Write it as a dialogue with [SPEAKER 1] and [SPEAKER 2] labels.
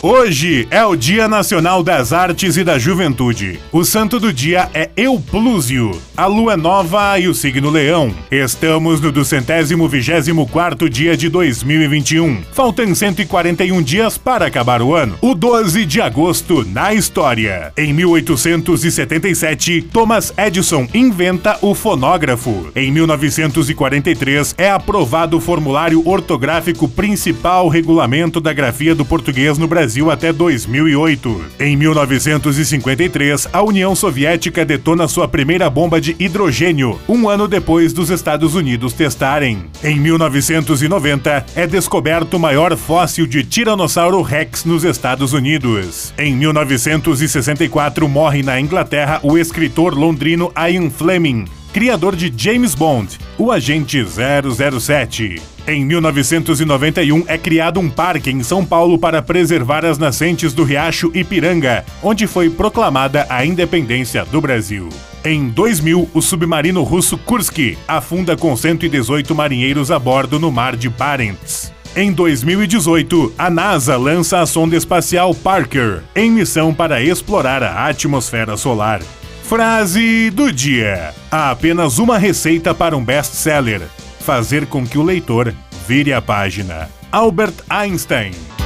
[SPEAKER 1] Hoje é o Dia Nacional das Artes e da Juventude. O santo do dia é Euplúsio. A lua é nova e o signo Leão. Estamos no 224º dia de 2021. Faltam 141 dias para acabar o ano. O 12 de agosto na história. Em 1877, Thomas Edison inventa o fonógrafo. Em 1943, é aprovado o formulário ortográfico principal regulamento da grafia do português no Brasil até 2008. Em 1953, a União Soviética detona sua primeira bomba de hidrogênio, um ano depois dos Estados Unidos testarem. Em 1990, é descoberto o maior fóssil de Tiranossauro Rex nos Estados Unidos. Em 1964, morre na Inglaterra o escritor londrino Ian Fleming, criador de James Bond, o agente 007. Em 1991, é criado um parque em São Paulo para preservar as nascentes do Riacho Ipiranga, onde foi proclamada a independência do Brasil. Em 2000, o submarino russo Kursk afunda com 118 marinheiros a bordo no Mar de Barents. Em 2018, a NASA lança a sonda espacial Parker, em missão para explorar a atmosfera solar. Frase do dia: há apenas uma receita para um best-seller: fazer com que o leitor vire a página. Albert Einstein.